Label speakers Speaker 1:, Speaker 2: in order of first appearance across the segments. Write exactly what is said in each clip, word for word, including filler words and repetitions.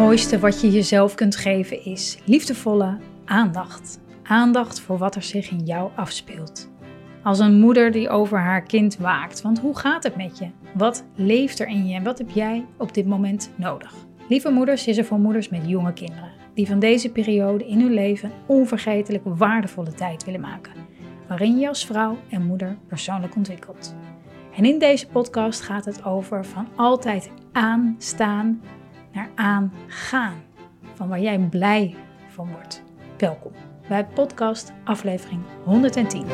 Speaker 1: mooiste wat je jezelf kunt geven is liefdevolle aandacht. Aandacht voor wat er zich in jou afspeelt. Als een moeder die over haar kind waakt. Want hoe gaat het met je? Wat leeft er in je en wat heb jij op dit moment nodig? Lieve Moeders is er voor moeders met jonge kinderen. Die van deze periode in hun leven onvergetelijk waardevolle tijd willen maken. Waarin je als vrouw en moeder persoonlijk ontwikkelt. En in deze podcast gaat het over van altijd aanstaan naar aangaan. Van waar jij blij van wordt. Welkom bij podcast aflevering honderdtien.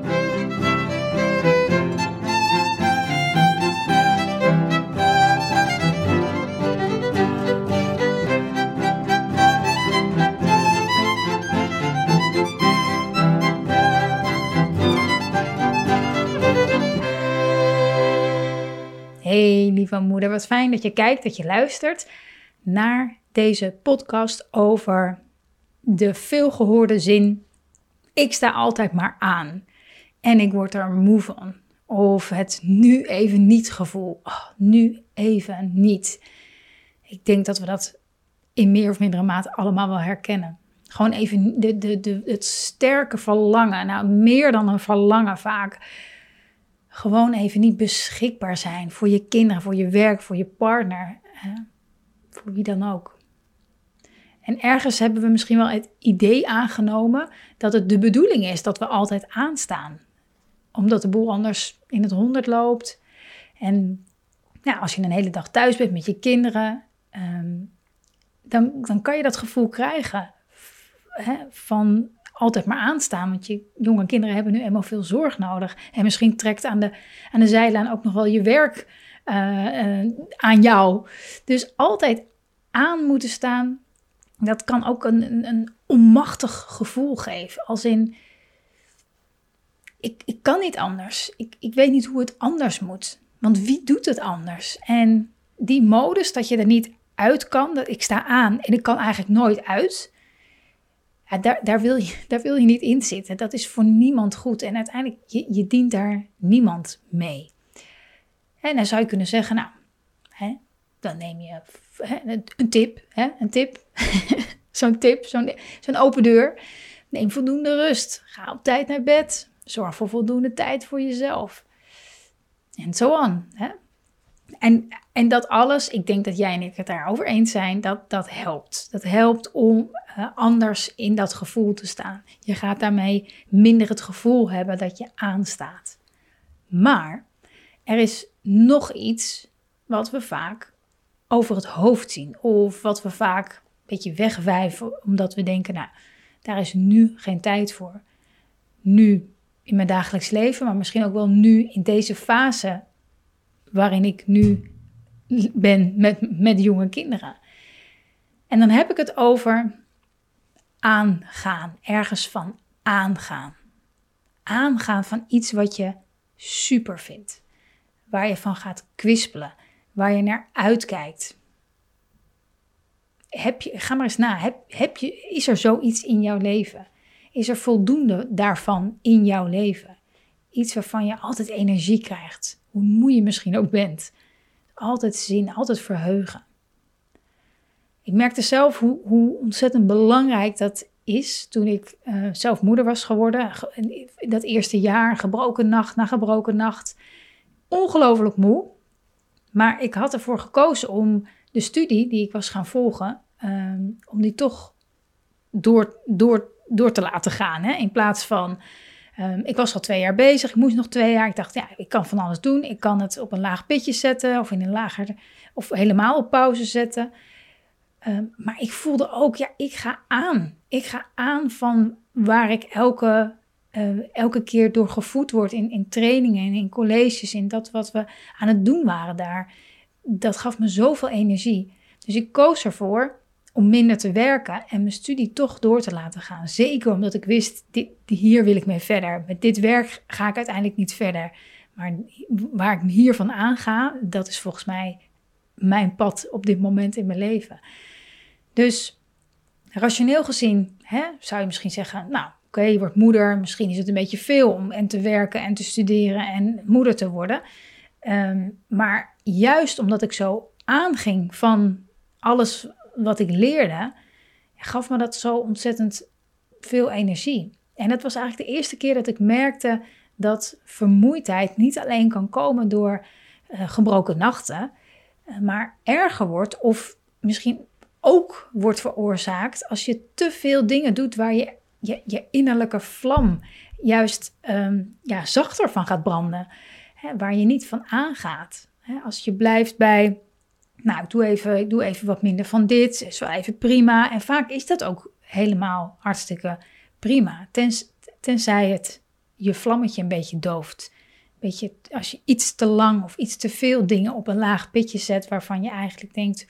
Speaker 1: Hey lieve moeder, wat fijn dat je kijkt, dat je luistert naar deze podcast over de veelgehoorde zin: ik sta altijd maar aan en ik word er moe van. Of het nu even niet gevoel, oh, nu even niet. Ik denk dat we dat in meer of mindere mate allemaal wel herkennen. Gewoon even de, de, de, het sterke verlangen, nou meer dan een verlangen vaak. Gewoon even niet beschikbaar zijn voor je kinderen, voor je werk, voor je partner. Hè? Voor wie dan ook. En ergens hebben we misschien wel het idee aangenomen dat het de bedoeling is dat we altijd aanstaan. Omdat de boel anders in het honderd loopt. En ja, als je een hele dag thuis bent met je kinderen, um, dan, dan kan je dat gevoel krijgen hè, van altijd maar aanstaan. Want je jonge kinderen hebben nu eenmaal veel zorg nodig. En misschien trekt aan de, aan de zijlijn ook nog wel je werk uh, uh, aan jou. Dus altijd aan moeten staan, dat kan ook een, een, een onmachtig gevoel geven. Als in, ik, ik kan niet anders. Ik, ik weet niet hoe het anders moet. Want wie doet het anders? En die modus dat je er niet uit kan, dat ik sta aan en ik kan eigenlijk nooit uit. Ja, daar, daar, wil je, daar wil je niet in zitten. Dat is voor niemand goed. En uiteindelijk, je, je dient daar niemand mee. En dan zou je kunnen zeggen, nou, hè, dan neem je hè, een tip. Hè, een tip. zo'n tip, zo'n, zo'n open deur. Neem voldoende rust. Ga op tijd naar bed. Zorg voor voldoende tijd voor jezelf. En zo on. Hè. En, en dat alles, ik denk dat jij en ik het daarover eens zijn, dat, dat helpt. Dat helpt om uh, anders in dat gevoel te staan. Je gaat daarmee minder het gevoel hebben dat je aanstaat. Maar er is nog iets wat we vaak over het hoofd zien. Of wat we vaak een beetje wegwijven, omdat we denken, nou, daar is nu geen tijd voor. Nu in mijn dagelijks leven, maar misschien ook wel nu in deze fase waarin ik nu ben met, met jonge kinderen. En dan heb ik het over aangaan, ergens van aangaan. Aangaan van iets wat je super vindt. Waar je van gaat kwispelen, waar je naar uitkijkt. Heb je, ga maar eens na, heb, heb je, is er zoiets in jouw leven? Is er voldoende daarvan in jouw leven? Iets waarvan je altijd energie krijgt. Hoe moe je misschien ook bent. Altijd zin, altijd verheugen. Ik merkte zelf hoe, hoe ontzettend belangrijk dat is toen ik uh, zelf moeder was geworden. Dat eerste jaar, gebroken nacht na gebroken nacht. Ongelooflijk moe. Maar ik had ervoor gekozen om de studie die ik was gaan volgen, um, om die toch door, door, door te laten gaan. Hè? In plaats van, um, ik was al twee jaar bezig, ik moest nog twee jaar. Ik dacht, ja, ik kan van alles doen. Ik kan het op een laag pitje zetten of in een lager, of helemaal op pauze zetten. Um, maar ik voelde ook, ja, ik ga aan. Ik ga aan van waar ik elke, uh, elke keer door gevoed word in, in trainingen en in colleges, in dat wat we aan het doen waren daar. Dat gaf me zoveel energie. Dus ik koos ervoor om minder te werken en mijn studie toch door te laten gaan. Zeker omdat ik wist, dit, hier wil ik mee verder. Met dit werk ga ik uiteindelijk niet verder. Maar waar ik hiervan aanga, dat is volgens mij mijn pad op dit moment in mijn leven. Dus rationeel gezien hè, zou je misschien zeggen, nou oké, okay, je wordt moeder. Misschien is het een beetje veel om en te werken en te studeren en moeder te worden. Um, maar juist omdat ik zo aanging van alles wat ik leerde, gaf me dat zo ontzettend veel energie. En dat was eigenlijk de eerste keer dat ik merkte dat vermoeidheid niet alleen kan komen door uh, gebroken nachten, uh, maar erger wordt of misschien ook wordt veroorzaakt als je te veel dingen doet waar je je, je innerlijke vlam juist um, ja, zachter van gaat branden. Hè, waar je niet van aangaat. Hè, als je blijft bij, nou ik doe, even, ik doe even wat minder van dit, is wel even prima. En vaak is dat ook helemaal hartstikke prima. Tens, tenzij het je vlammetje een beetje dooft. Beetje, als je iets te lang of iets te veel dingen op een laag pitje zet waarvan je eigenlijk denkt,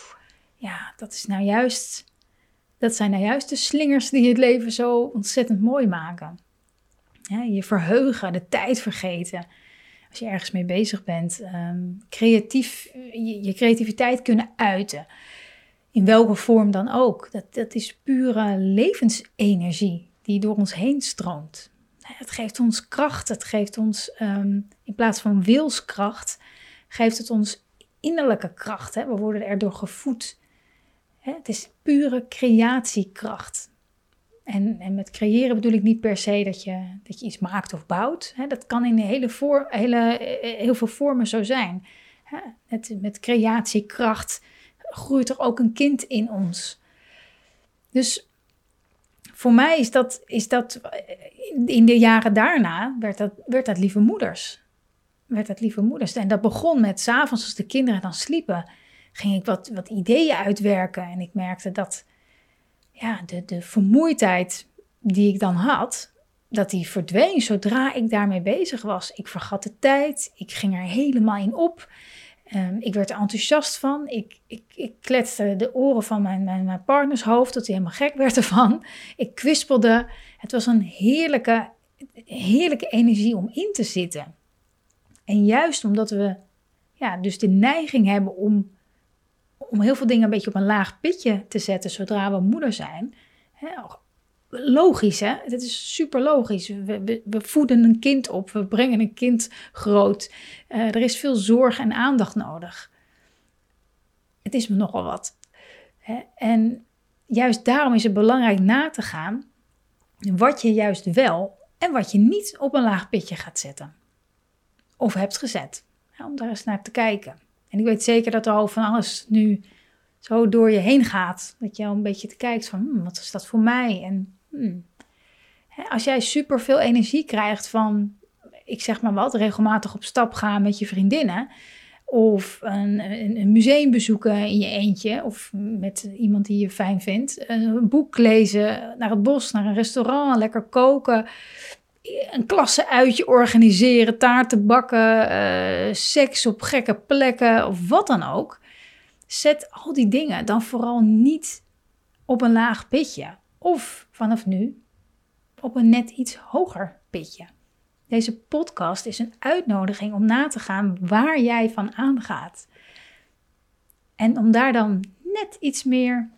Speaker 1: ja, dat is nou juist, dat zijn nou juist de slingers die het leven zo ontzettend mooi maken. Ja, je verheugen, de tijd vergeten. Als je ergens mee bezig bent, um, creatief, je, je creativiteit kunnen uiten. In welke vorm dan ook. Dat, dat is pure levensenergie die door ons heen stroomt. Het geeft ons kracht, het geeft ons, um, in plaats van wilskracht, geeft het ons innerlijke kracht. Hè? We worden erdoor gevoed. Hè? Het is pure creatiekracht. En, en met creëren bedoel ik niet per se dat je, dat je iets maakt of bouwt. Hè? Dat kan in hele voor, hele, heel veel vormen zo zijn. Hè? Het, met creatiekracht groeit er ook een kind in ons. Dus voor mij is dat, is dat in de jaren daarna, werd dat, werd dat lieve moeders. Werd dat lieve moeders. En dat begon met 's avonds als de kinderen dan sliepen, ging ik wat, wat ideeën uitwerken. En ik merkte dat ja, de, de vermoeidheid die ik dan had, dat die verdween zodra ik daarmee bezig was. Ik vergat de tijd, ik ging er helemaal in op. Um, ik werd er enthousiast van. Ik, ik, ik kletste de oren van mijn, mijn, mijn partners hoofd, dat hij helemaal gek werd ervan. Ik kwispelde. Het was een heerlijke, heerlijke energie om in te zitten. En juist omdat we ja, dus de neiging hebben om, om heel veel dingen een beetje op een laag pitje te zetten zodra we moeder zijn. Hè, logisch, hè? Het is super logisch. We, we, we voeden een kind op, we brengen een kind groot. Uh, er is veel zorg en aandacht nodig. Het is me nogal wat. Hè? En juist daarom is het belangrijk na te gaan wat je juist wel en wat je niet op een laag pitje gaat zetten. Of hebt gezet. Ja, om daar eens naar te kijken. En ik weet zeker dat er al van alles nu zo door je heen gaat. Dat je al een beetje te kijkt van, hmm, wat is dat voor mij? En hmm. Als jij super veel energie krijgt van, ik zeg maar wat, regelmatig op stap gaan met je vriendinnen. Of een, een, een museum bezoeken in je eentje. Of met iemand die je fijn vindt. Een boek lezen, naar het bos, naar een restaurant, lekker koken. Een klasseuitje organiseren, taarten bakken, uh, seks op gekke plekken of wat dan ook. Zet al die dingen dan vooral niet op een laag pitje. Of vanaf nu op een net iets hoger pitje. Deze podcast is een uitnodiging om na te gaan waar jij van aangaat. En om daar dan net iets meer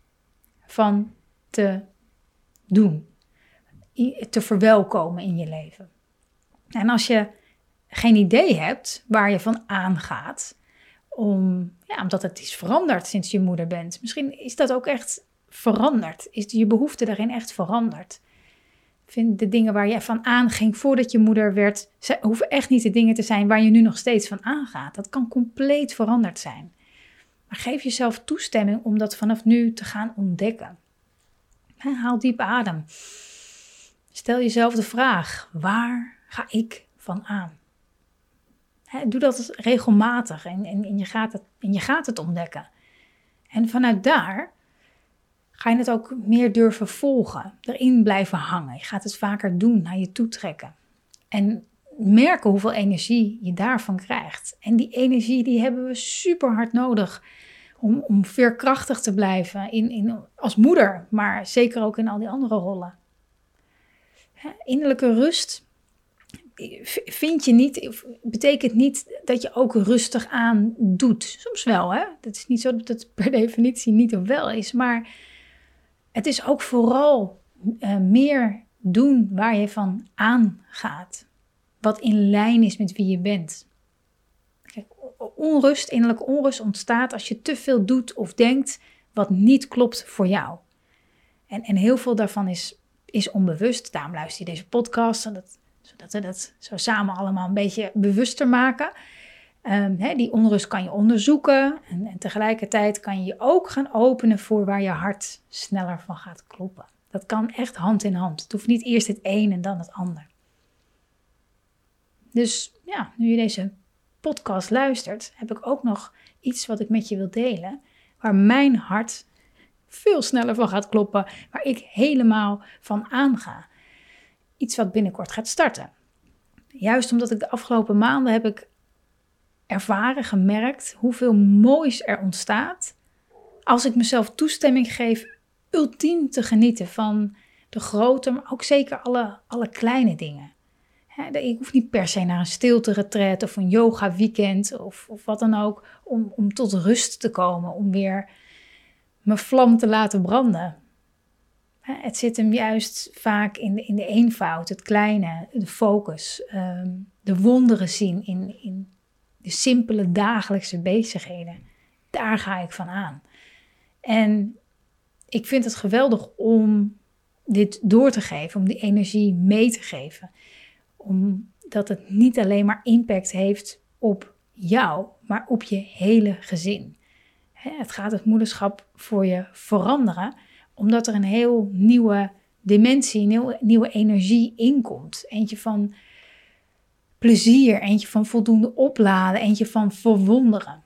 Speaker 1: van te doen. Te verwelkomen in je leven. En als je geen idee hebt waar je van aangaat, om, ja, omdat het is veranderd sinds je moeder bent. Misschien is dat ook echt veranderd. Is je behoefte daarin echt veranderd. Ik vind de dingen waar je van aanging voordat je moeder werd, ze hoeven echt niet de dingen te zijn waar je nu nog steeds van aangaat. Dat kan compleet veranderd zijn. Maar geef jezelf toestemming om dat vanaf nu te gaan ontdekken. Haal diep adem. Stel jezelf de vraag, waar ga ik van aan? He, doe dat regelmatig en, en, en, je gaat het, en je gaat het ontdekken. En vanuit daar ga je het ook meer durven volgen, erin blijven hangen. Je gaat het vaker doen, naar je toe trekken. En merken hoeveel energie je daarvan krijgt. En die energie die hebben we super hard nodig om, om veerkrachtig te blijven in, in, als moeder, maar zeker ook in al die andere rollen. Innerlijke rust vind je niet, betekent niet dat je ook rustig aan doet. Soms wel, hè. Het is niet zo dat het per definitie niet of wel is, maar het is ook vooral uh, meer doen waar je van aangaat. Wat in lijn is met wie je bent. Kijk, onrust, innerlijke onrust ontstaat als je te veel doet of denkt wat niet klopt voor jou. En, en heel veel daarvan is, is onbewust. Daarom luister je deze podcast, zodat, zodat we dat zo samen allemaal een beetje bewuster maken. Um, hè, die onrust kan je onderzoeken. En, en tegelijkertijd kan je je ook gaan openen voor waar je hart sneller van gaat kloppen. Dat kan echt hand in hand. Het hoeft niet eerst het een en dan het ander. Dus ja, nu je deze podcast luistert, heb ik ook nog iets wat ik met je wil delen. Waar mijn hart veel sneller van gaat kloppen. Waar ik helemaal van aanga. Iets wat binnenkort gaat starten. Juist omdat ik de afgelopen maanden heb ik ervaren, gemerkt hoeveel moois er ontstaat. Als ik mezelf toestemming geef ultiem te genieten van de grote, maar ook zeker alle, alle kleine dingen. He, ik hoef niet per se naar een stilte-retreat of een yoga-weekend of, of wat dan ook, om, om tot rust te komen, om weer mijn vlam te laten branden. He, het zit hem juist vaak in de, in de eenvoud, het kleine, de focus, um, de wonderen zien in, in de simpele dagelijkse bezigheden. Daar ga ik van aan. En ik vind het geweldig om dit door te geven, om die energie mee te geven. Omdat het niet alleen maar impact heeft op jou, maar op je hele gezin. Het gaat het moederschap voor je veranderen, omdat er een heel nieuwe dimensie, een heel nieuwe energie inkomt. Eentje van plezier, eentje van voldoende opladen, eentje van verwonderen.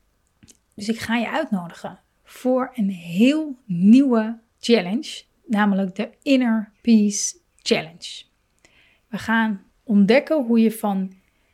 Speaker 1: Dus ik ga je uitnodigen voor een heel nieuwe challenge, namelijk de Inner Peace Challenge. We gaan ontdekken hoe je van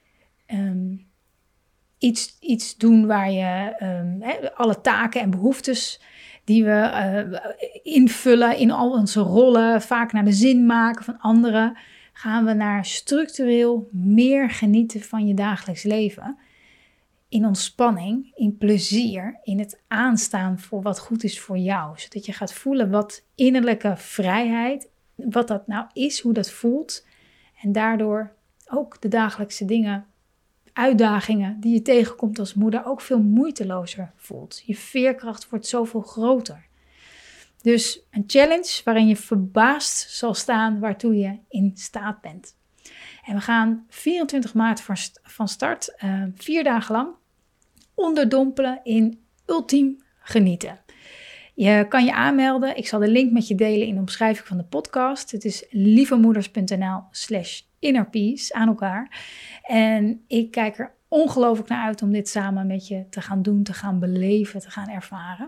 Speaker 1: um, iets, iets doen waar je um, he, alle taken en behoeftes die we uh, invullen in al onze rollen, vaak naar de zin maken van anderen, gaan we naar structureel meer genieten van je dagelijks leven. In ontspanning, in plezier, in het aanstaan voor wat goed is voor jou. Zodat je gaat voelen wat innerlijke vrijheid, wat dat nou is, hoe dat voelt. En daardoor ook de dagelijkse dingen, uitdagingen die je tegenkomt als moeder ook veel moeitelozer voelt. Je veerkracht wordt zoveel groter. Dus een challenge waarin je verbaasd zal staan waartoe je in staat bent. En we gaan vierentwintig maart van start, uh, vier dagen lang, onderdompelen in ultiem genieten. Je kan je aanmelden. Ik zal de link met je delen in de omschrijving van de podcast. Het is lievemoeders.nl slash innerpeace aan elkaar. En ik kijk er ongelooflijk naar uit om dit samen met je te gaan doen, te gaan beleven, te gaan ervaren.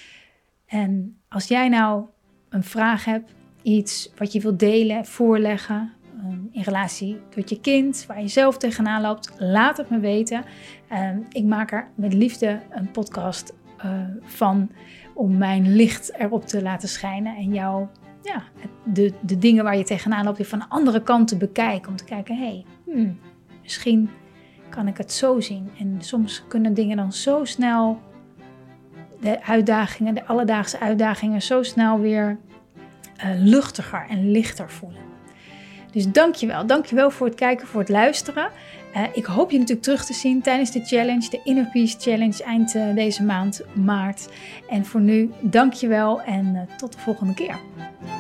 Speaker 1: En als jij nou een vraag hebt, iets wat je wilt delen, voorleggen, um, in relatie tot je kind, waar je zelf tegenaan loopt, laat het me weten. Um, ik maak er met liefde een podcast uh, van om mijn licht erop te laten schijnen en jou ja, de, de dingen waar je tegenaan loopt weer van een andere kant te bekijken. Om te kijken, hé, hey, hmm, misschien kan ik het zo zien. En soms kunnen dingen dan zo snel, de uitdagingen, de alledaagse uitdagingen, zo snel weer uh, luchtiger en lichter voelen. Dus dankjewel. Dankjewel voor het kijken, voor het luisteren. Uh, ik hoop je natuurlijk terug te zien tijdens de challenge, de Inner Peace Challenge eind uh, deze maand maart. En voor nu, dankjewel en uh, tot de volgende keer.